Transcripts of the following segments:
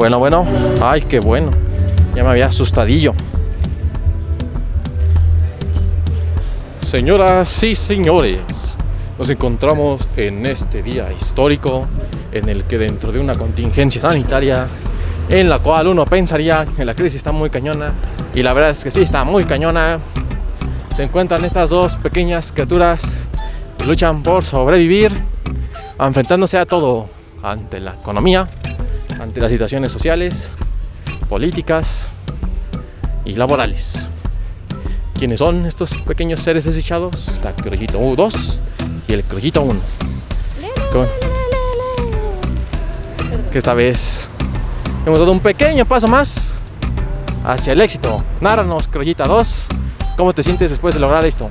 Bueno. Ay, qué bueno. Ya me había asustadillo. Señoras y señores, nos encontramos en este día histórico en el que dentro de una contingencia sanitaria en la cual uno pensaría que la crisis está muy cañona, y la verdad es que sí está muy cañona, se encuentran estas dos pequeñas criaturas que luchan por sobrevivir, enfrentándose a todo, ante la economía, ante las situaciones sociales, políticas y laborales. ¿Quiénes son estos pequeños seres desdichados? La Criollito 2 y el Criollito 1. Que esta vez hemos dado un pequeño paso más hacia el éxito. Nárranos, Criollita 2, ¿cómo te sientes después de lograr esto?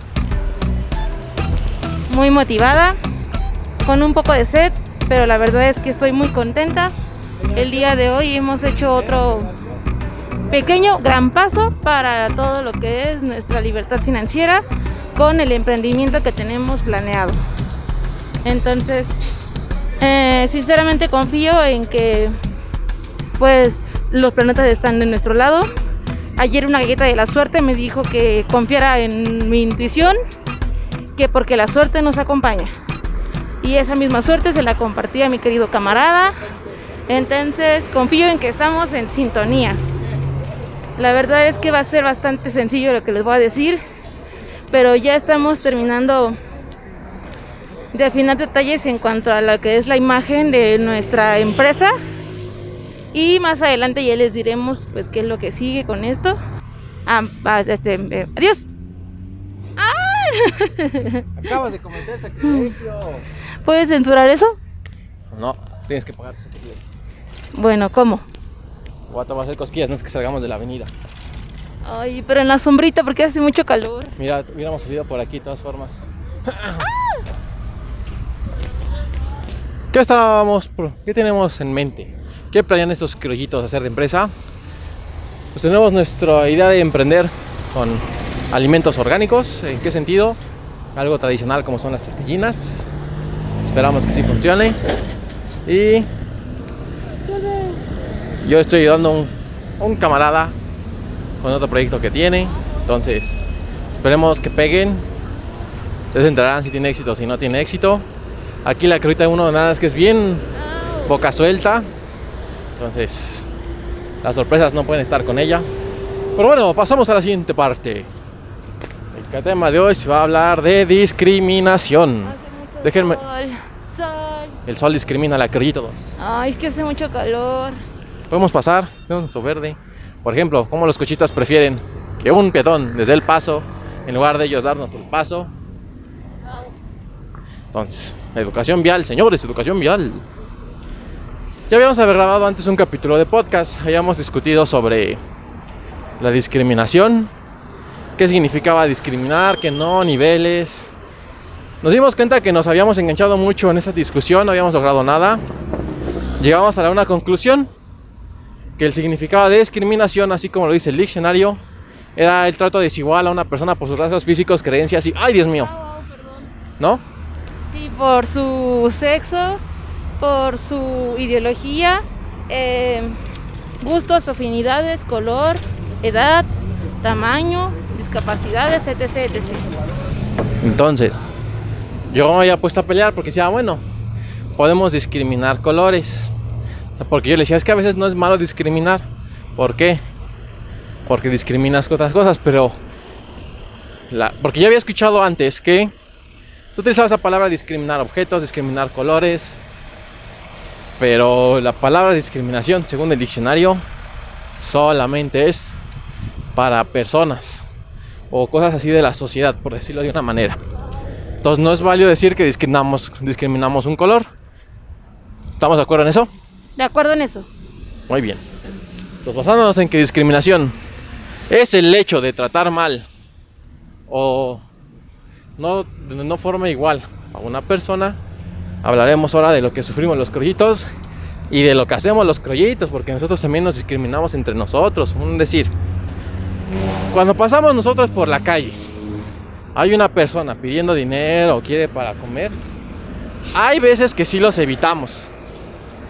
Muy motivada, con un poco de sed, pero la verdad es que estoy muy contenta. El día de hoy hemos hecho otro pequeño, gran paso para todo lo que es nuestra libertad financiera con el emprendimiento que tenemos planeado. Entonces, sinceramente confío en que pues los planetas están de nuestro lado. Ayer una galleta de la suerte me dijo que confiara en mi intuición, que porque la suerte nos acompaña. Y esa misma suerte se la compartí a mi querido camarada. Entonces confío en que estamos en sintonía. La verdad es que va a ser bastante sencillo lo que les voy a decir, pero ya estamos terminando de afinar detalles en cuanto a lo que es la imagen de nuestra empresa, y más adelante ya les diremos pues qué es lo que sigue con esto. Adiós. Acabas de cometer sacrilegio. ¿Puedes censurar eso? No, tienes que pagar tu sacrilegio. Bueno, ¿cómo? Voy a hacer cosquillas, no es que salgamos de la avenida. Ay, pero en la sombrita porque hace mucho calor. Mira, hubiéramos salido por aquí de todas formas. ¿Qué tenemos en mente? ¿Qué planean estos criollitos hacer de empresa? Pues tenemos nuestra idea de emprender con alimentos orgánicos. ¿En qué sentido? Algo tradicional como son las tortillinas. Esperamos que sí funcione. Y yo estoy ayudando a un camarada con otro proyecto que tiene. Entonces, esperemos que peguen. Se enterarán si tiene éxito o si no tiene éxito. Aquí la Criollita 1 nada es que es bien boca suelta. Entonces, las sorpresas no pueden estar con ella. Pero bueno, pasamos a la siguiente parte. El tema de hoy se va a hablar de discriminación. Déjenme. Sol. El sol discrimina a la Criollita 2. Ay, es que hace mucho calor. Podemos pasar, tenemos nuestro verde. Por ejemplo, como los cochistas prefieren que un peatón les dé el paso en lugar de ellos darnos el paso. Entonces, educación vial, señores, educación vial. Ya habíamos grabado antes un capítulo de podcast. Habíamos discutido sobre la discriminación, qué significaba discriminar, qué no, niveles. Nos dimos cuenta que nos habíamos enganchado mucho en esa discusión, no habíamos logrado nada. Llegamos a una conclusión, que el significado de discriminación, así como lo dice el diccionario, era el trato desigual a una persona por sus rasgos físicos, creencias y... ¡Ay, Dios mío! ¿No? Sí, por su sexo, por su ideología, gustos, afinidades, color, edad, tamaño, discapacidades, etc. Entonces, yo me había puesto a pelear porque decía, bueno, podemos discriminar colores. Porque yo le decía, es que a veces no es malo discriminar. ¿Por qué? Porque discriminas otras cosas, pero... Porque ya había escuchado antes que se utilizaba esa palabra discriminar objetos, discriminar colores. Pero la palabra discriminación, según el diccionario, solamente es para personas o cosas así de la sociedad, por decirlo de una manera. Entonces no es válido decir que discriminamos un color. ¿Estamos de acuerdo en eso? De acuerdo en eso. Muy bien. Pues basándonos en que discriminación es el hecho de tratar mal o no forma igual a una persona, hablaremos ahora de lo que sufrimos los criollitos y de lo que hacemos los criollitos, porque nosotros también nos discriminamos entre nosotros. Un decir, cuando pasamos nosotros por la calle, hay una persona pidiendo dinero o quiere para comer, hay veces que sí los evitamos.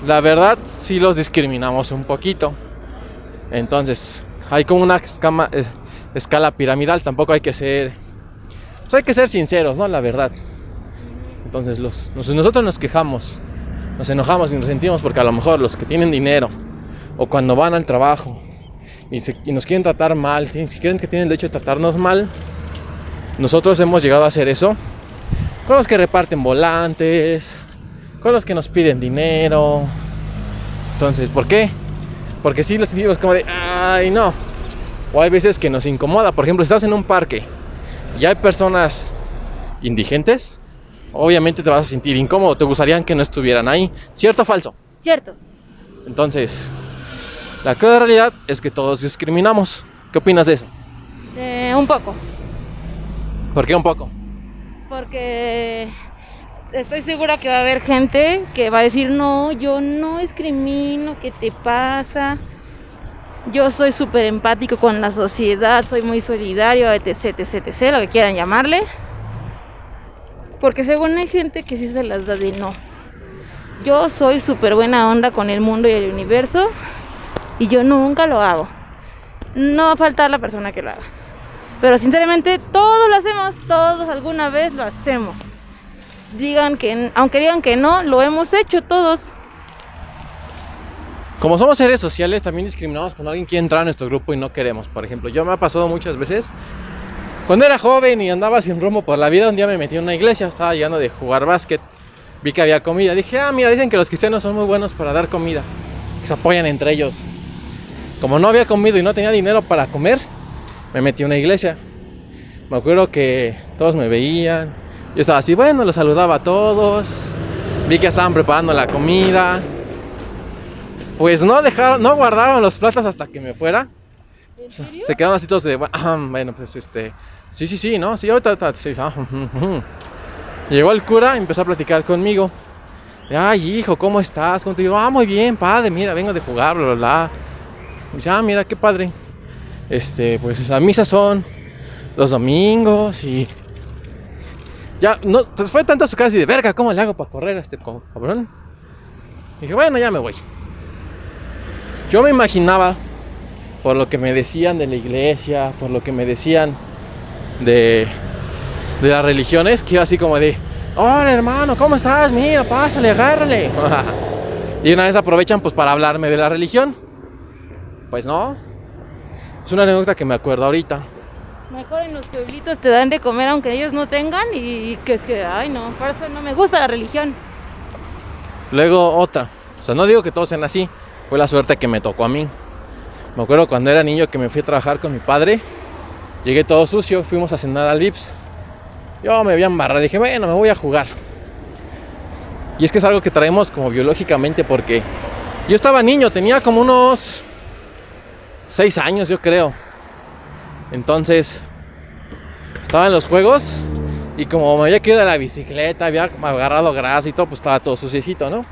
la verdad sí los discriminamos un poquito. Entonces, hay como una escala piramidal, tampoco hay que ser, pues hay que ser sinceros, ¿no? La verdad. Entonces, nosotros nos quejamos, nos enojamos y nos sentimos porque a lo mejor los que tienen dinero o cuando van al trabajo y nos quieren tratar mal, si creen que tienen el derecho de tratarnos mal, nosotros hemos llegado a hacer eso con los que reparten volantes, con los que nos piden dinero. Entonces, ¿por qué? Porque sí los sentimos como de, ay, no. O hay veces que nos incomoda. Por ejemplo, si estás en un parque y hay personas indigentes, obviamente te vas a sentir incómodo. Te gustaría que no estuvieran ahí. ¿Cierto o falso? Cierto. Entonces, la cruda realidad es que todos discriminamos. ¿Qué opinas de eso? Un poco. ¿Por qué un poco? Porque estoy segura que va a haber gente que va a decir, no, yo no discrimino, ¿qué te pasa? Yo soy súper empático con la sociedad, soy muy solidario, etc, etc, etc, lo que quieran llamarle. Porque según hay gente que sí se las da de no. Yo soy súper buena onda con el mundo y el universo y yo nunca lo hago. No va a faltar la persona que lo haga. Pero sinceramente todos lo hacemos, todos alguna vez lo hacemos. Aunque digan que no, lo hemos hecho todos. Como somos seres sociales, también discriminamos cuando alguien quiere entrar a nuestro grupo y no queremos. Por ejemplo, yo me ha pasado muchas veces. Cuando era joven y andaba sin rumbo por la vida, un día me metí en una iglesia, estaba llegando de jugar básquet. Vi que había comida, dije, mira, dicen que los cristianos son muy buenos para dar comida, que se apoyan entre ellos. Como no había comido y no tenía dinero para comer, me metí en una iglesia. Me acuerdo que todos me veían. Yo estaba así, bueno, los saludaba a todos. Vi que estaban preparando la comida. Pues no guardaron los platos hasta que me fuera. ¿En serio? Se quedaron así todos de, bueno, pues sí, ¿no? Sí, ahorita, sí. Llegó el cura y empezó a platicar conmigo. Ay, hijo, ¿cómo estás? ¿Cómo te digo? Muy bien, padre, mira, vengo de jugar, bla, bla, bla. Y dice, mira, qué padre. Pues las misas son los domingos y... Ya, no, fue tanto a su casa y de verga, ¿cómo le hago para correr a este cabrón? Y dije, bueno, ya me voy. Yo me imaginaba, por lo que me decían de la iglesia, por lo que me decían de las religiones, que iba así como de, hola hermano, ¿cómo estás? Mira, pásale, agárrale. Y una vez aprovechan pues para hablarme de la religión. Pues no. Es una anécdota que me acuerdo ahorita. Mejor en los pueblitos te dan de comer aunque ellos no tengan y que es que, ay no, por eso no me gusta la religión. Luego otra, o sea, no digo que todos sean así, fue la suerte que me tocó a mí. Me acuerdo cuando era niño que me fui a trabajar con mi padre, llegué todo sucio, fuimos a cenar al Vips. Yo me había embarrado, dije, bueno, me voy a jugar. Y es que es algo que traemos como biológicamente porque yo estaba niño, tenía como unos 6 años yo creo. Entonces estaba en los juegos y como me había caído de la bicicleta, había agarrado grasa y todo, pues estaba todo suciecito, ¿no?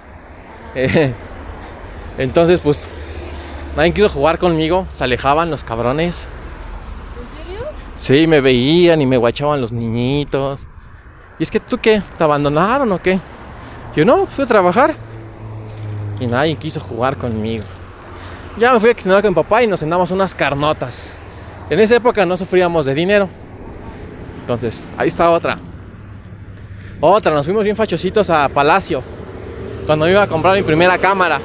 Entonces pues nadie quiso jugar conmigo, se alejaban los cabrones. ¿En serio? Sí, me veían y me guachaban los niñitos. Y es que, ¿tú qué? ¿Te abandonaron o qué? Yo no, fui a trabajar y nadie quiso jugar conmigo. Ya me fui a cenar con mi papá y nos cenamos unas carnotas. En esa época no sufríamos de dinero. Entonces, ahí está otra. Nos fuimos bien fachositos a Palacio cuando me iba a comprar mi primera cámara.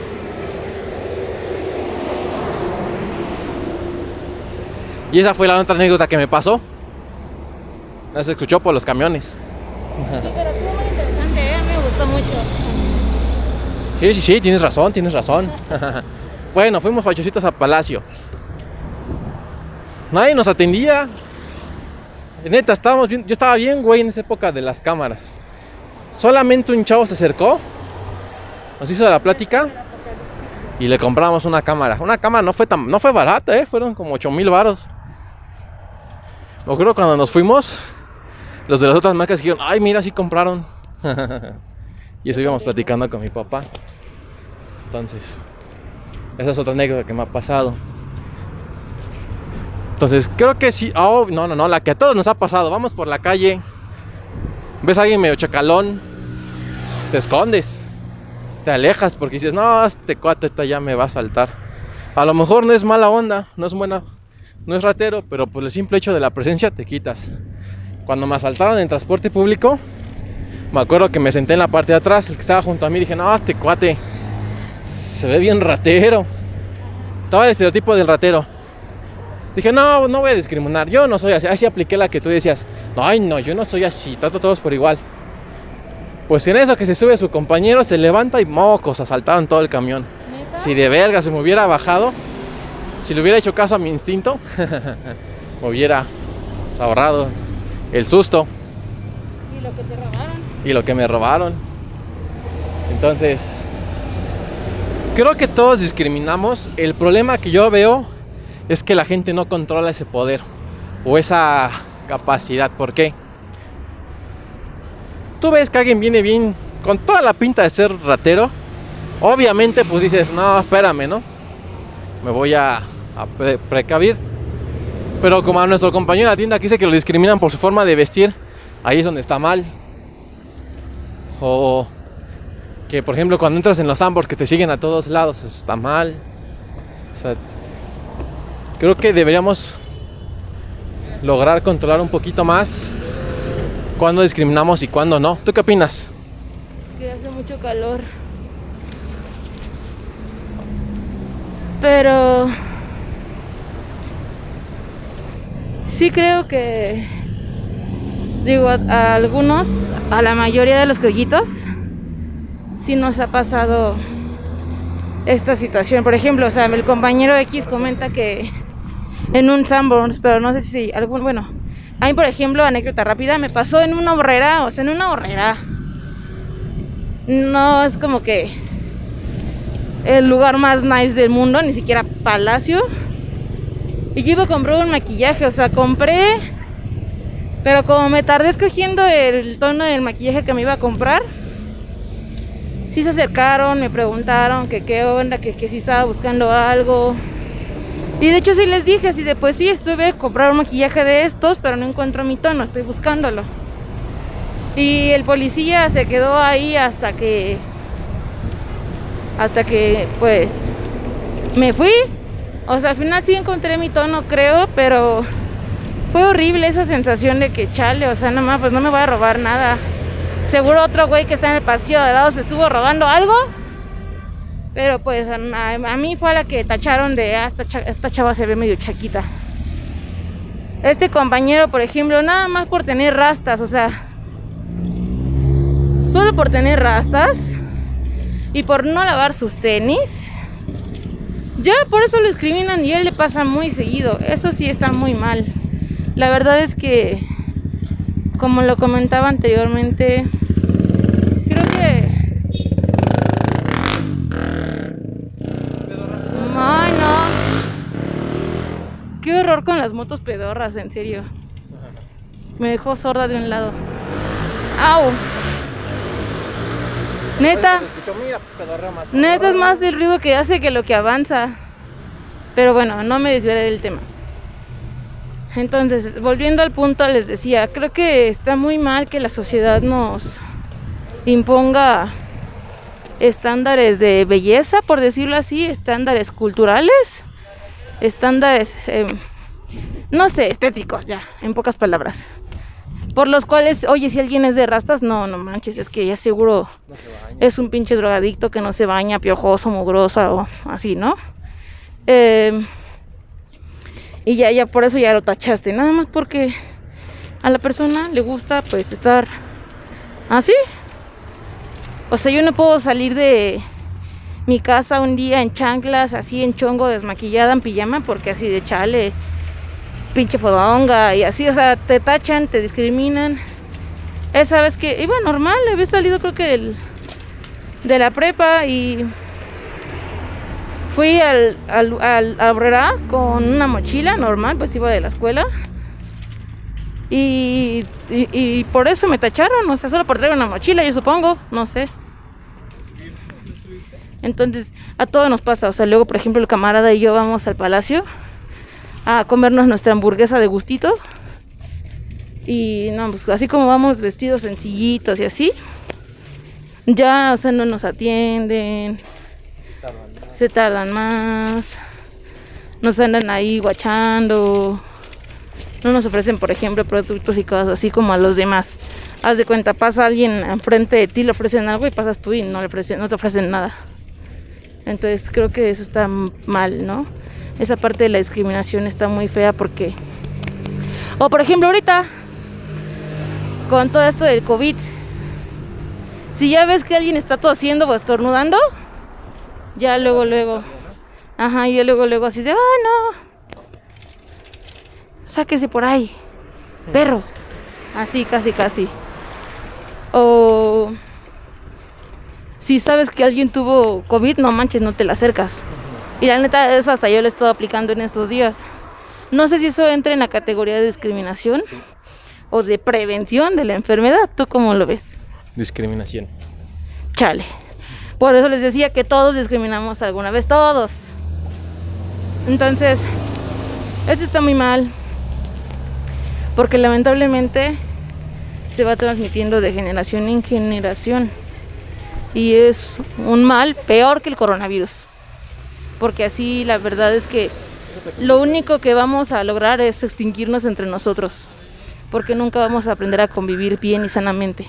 Y esa fue la otra anécdota que me pasó. No se escuchó por los camiones. Sí, pero estuvo muy interesante, me gustó mucho. Sí, tienes razón. Bueno, fuimos fachositos a Palacio. Nadie nos atendía. Neta, yo estaba bien, güey, en esa época de las cámaras. Solamente un chavo se acercó, nos hizo la plática y le compramos una cámara. Una cámara no fue barata, fueron como 8,000 varos. Me acuerdo cuando nos fuimos, los de las otras marcas dijeron, ay, mira, sí compraron. Y eso íbamos platicando con mi papá. Entonces, esa es otra anécdota que me ha pasado. Entonces, creo que sí. No, la que a todos nos ha pasado. Vamos por la calle, ves a alguien medio chacalón, te escondes. te alejas porque dices, no, este cuate ya me va a saltar. A lo mejor no es mala onda, no es buena, no es ratero, pero por el simple hecho de la presencia te quitas. Cuando me asaltaron en transporte público, me acuerdo que me senté en la parte de atrás, el que estaba junto a mí, dije, no, este cuate se ve bien ratero. Estaba el estereotipo del ratero. Dije, no voy a discriminar, yo no soy así. Así apliqué la que tú decías, ay no, yo no soy así, trato a todos por igual. Pues en eso que se sube su compañero, se levanta y mocos, asaltaron todo el camión. ¿Neta? Si de verga se me hubiera bajado, si le hubiera hecho caso a mi instinto, me hubiera ahorrado el susto. Y lo que te robaron. Y lo que me robaron. Entonces, creo que todos discriminamos. El problema que yo veo es que la gente no controla ese poder o esa capacidad. ¿Por qué? Tú ves que alguien viene bien con toda la pinta de ser ratero. Obviamente pues dices, no, espérame, ¿no? Me voy a precavir. Pero como a nuestro compañero de la tienda que dice que lo discriminan por su forma de vestir, ahí es donde está mal. O que por ejemplo cuando entras en los Ambos que te siguen a todos lados, eso está mal. O sea, creo que deberíamos lograr controlar un poquito más cuándo discriminamos y cuándo no. ¿Tú qué opinas? Que hace mucho calor. Pero sí creo que, digo, a algunos, a la mayoría de los criollitos, sí nos ha pasado esta situación. Por ejemplo, o sea, el compañero X comenta que en un Sanborns, pero no sé si algún, bueno, a mí por ejemplo, anécdota rápida, me pasó en una horrera, o sea, en una horrera. No es como que el lugar más nice del mundo, ni siquiera Palacio. Y yo iba a comprar un maquillaje, o sea, compré, pero como me tardé escogiendo el tono del maquillaje que me iba a comprar, sí se acercaron, me preguntaron que qué onda, que si estaba buscando algo. Y de hecho sí les dije así de, pues sí, estuve a comprar un maquillaje de estos, pero no encuentro mi tono, estoy buscándolo. Y el policía se quedó ahí hasta que pues me fui. O sea, al final sí encontré mi tono, creo, pero fue horrible esa sensación de que chale, o sea, nomás pues no me voy a robar nada. Seguro otro güey que está en el pasillo de lado se estuvo robando algo. Pero pues a mí fue a la que tacharon de, esta chava se ve medio chaquita. Este compañero, por ejemplo, nada más por tener rastas, o sea, solo por tener rastas y por no lavar sus tenis, ya por eso lo discriminan y a él le pasa muy seguido. Eso sí está muy mal. La verdad es que, como lo comentaba anteriormente, creo que... Ay, no. Qué horror con las motos pedorras, en serio. Me dejó sorda de un lado. ¡Au! Neta. Neta es más el ruido que hace que lo que avanza. Pero bueno, no me desviaré del tema. Entonces, volviendo al punto, les decía, creo que está muy mal que la sociedad nos imponga estándares de belleza, por decirlo así, estándares culturales, estándares, no sé, estéticos, ya, en pocas palabras, por los cuales, oye, si alguien es de rastas, no manches, es que ya seguro no es un pinche drogadicto que no se baña, piojoso, mugroso, o así, ¿no? Y ya por eso ya lo tachaste, nada más porque a la persona le gusta, pues, estar así. O sea, yo no puedo salir de mi casa un día en chanclas, así en chongo, desmaquillada, en pijama, porque así de chale, pinche fodonga y así, o sea, te tachan, te discriminan. Esa vez que iba normal, había salido creo que de la prepa y fui al Aurrera con una mochila normal, pues iba de la escuela. Y por eso me tacharon, o sea, solo por traer una mochila, yo supongo, no sé. Entonces, a todos nos pasa, o sea, luego, por ejemplo, el camarada y yo vamos al Palacio a comernos nuestra hamburguesa de gustito. Y no, pues así como vamos vestidos sencillitos y así, Ya, o sea, no nos atienden, se tardan más, nos andan ahí guachando, no nos ofrecen, por ejemplo, productos y cosas así como a los demás. Haz de cuenta, pasa alguien enfrente de ti, le ofrecen algo y pasas tú y no te ofrecen nada. Entonces creo que eso está mal, ¿no? Esa parte de la discriminación está muy fea porque... O por ejemplo ahorita, con todo esto del COVID, si ya ves que alguien está tosiendo o estornudando, ya luego, ajá, y ya luego así de, no, sáquese por ahí, perro, así casi. O si sabes que alguien tuvo COVID, no manches, no te la acercas. Y la neta, eso hasta yo lo he estado aplicando en estos días. No sé si eso entra en la categoría de discriminación o de prevención de la enfermedad. ¿Tú cómo lo ves? Discriminación. Chale. Por eso les decía que todos discriminamos alguna vez, todos. Entonces, eso está muy mal. Porque lamentablemente se va transmitiendo de generación en generación. Y es un mal peor que el coronavirus. Porque así la verdad es que lo único que vamos a lograr es extinguirnos entre nosotros. Porque nunca vamos a aprender a convivir bien y sanamente.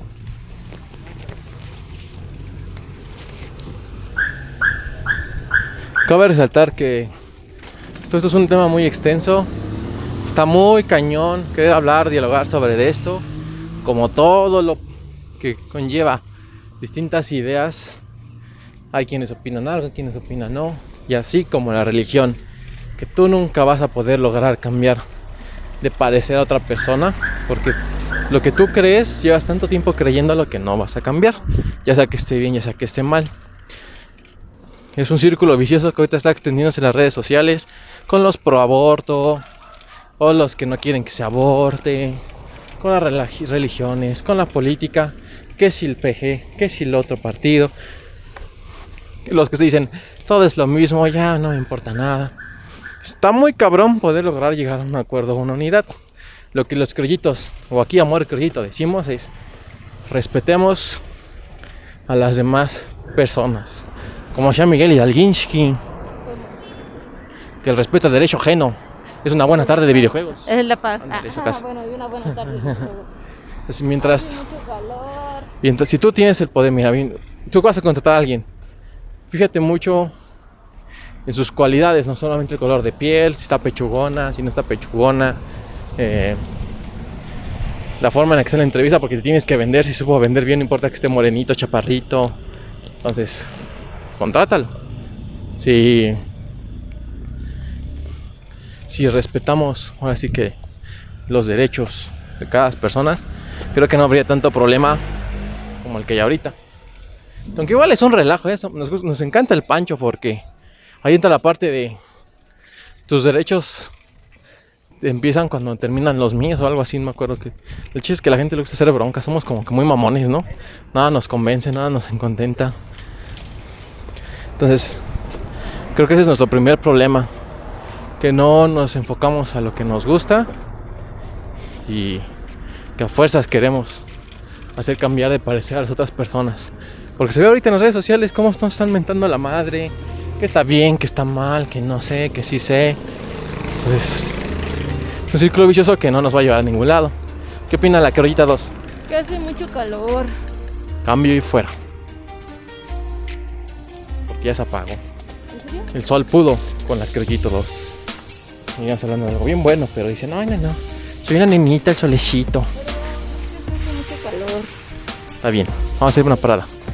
Cabe resaltar que todo esto es un tema muy extenso. Está muy cañón querer hablar, dialogar sobre esto. Como todo lo que conlleva distintas ideas. Hay quienes opinan algo, quienes opinan no. Y así como la religión, que tú nunca vas a poder lograr cambiar de parecer a otra persona, porque lo que tú crees, llevas tanto tiempo creyendo lo que no vas a cambiar, ya sea que esté bien, ya sea que esté mal. Es un círculo vicioso que ahorita está extendiéndose en las redes sociales, con los pro aborto, o los que no quieren que se aborte, con las religiones, con la política, que si el PG, que si el otro partido, los que se dicen todo es lo mismo, ya no me importa nada. Está muy cabrón poder lograr llegar a un acuerdo, a una unidad. Lo que los criollitos, o aquí Amor Criollito decimos es: respetemos a las demás personas, como decía Miguel Hidalguinsky, que el respeto al derecho ajeno es una buena tarde de videojuegos. Es la paz. Bueno, y una buena tarde de videojuegos. Entonces, mientras si tú tienes el poder, mira, tú vas a contratar a alguien, fíjate mucho en sus cualidades, no solamente el color de piel, si está pechugona, si no está pechugona, la forma en la que se la entrevista, porque te tienes que vender, si supo vender bien, no importa que esté morenito, chaparrito. Entonces, contrátalo. Si respetamos ahora sí que los derechos de cada persona, creo que no habría tanto problema como el que hay ahorita. Aunque igual es un relajo eso. Nos encanta el pancho porque ahí entra la parte de tus derechos empiezan cuando terminan los míos o algo así. No me acuerdo que el chiste es que a la gente le gusta hacer bronca. Somos como que muy mamones, ¿no? Nada nos convence, nada nos contenta. Entonces creo que ese es nuestro primer problema, que no nos enfocamos a lo que nos gusta y que a fuerzas queremos hacer cambiar de parecer a las otras personas. Porque se ve ahorita en las redes sociales cómo nos están mentando a la madre, que está bien, que está mal, que no sé, que sí sé. Entonces es un círculo vicioso que no nos va a llevar a ningún lado. ¿Qué opina la Criollita 2? Que hace mucho calor. Cambio y fuera. Porque ya se apagó. ¿En serio? El sol pudo con la Criollita 2. Y íbamos hablando de algo bien bueno, pero dice, no. Soy una nenita, el solecito. Pero hace mucho calor. Está bien, vamos a hacer una parada.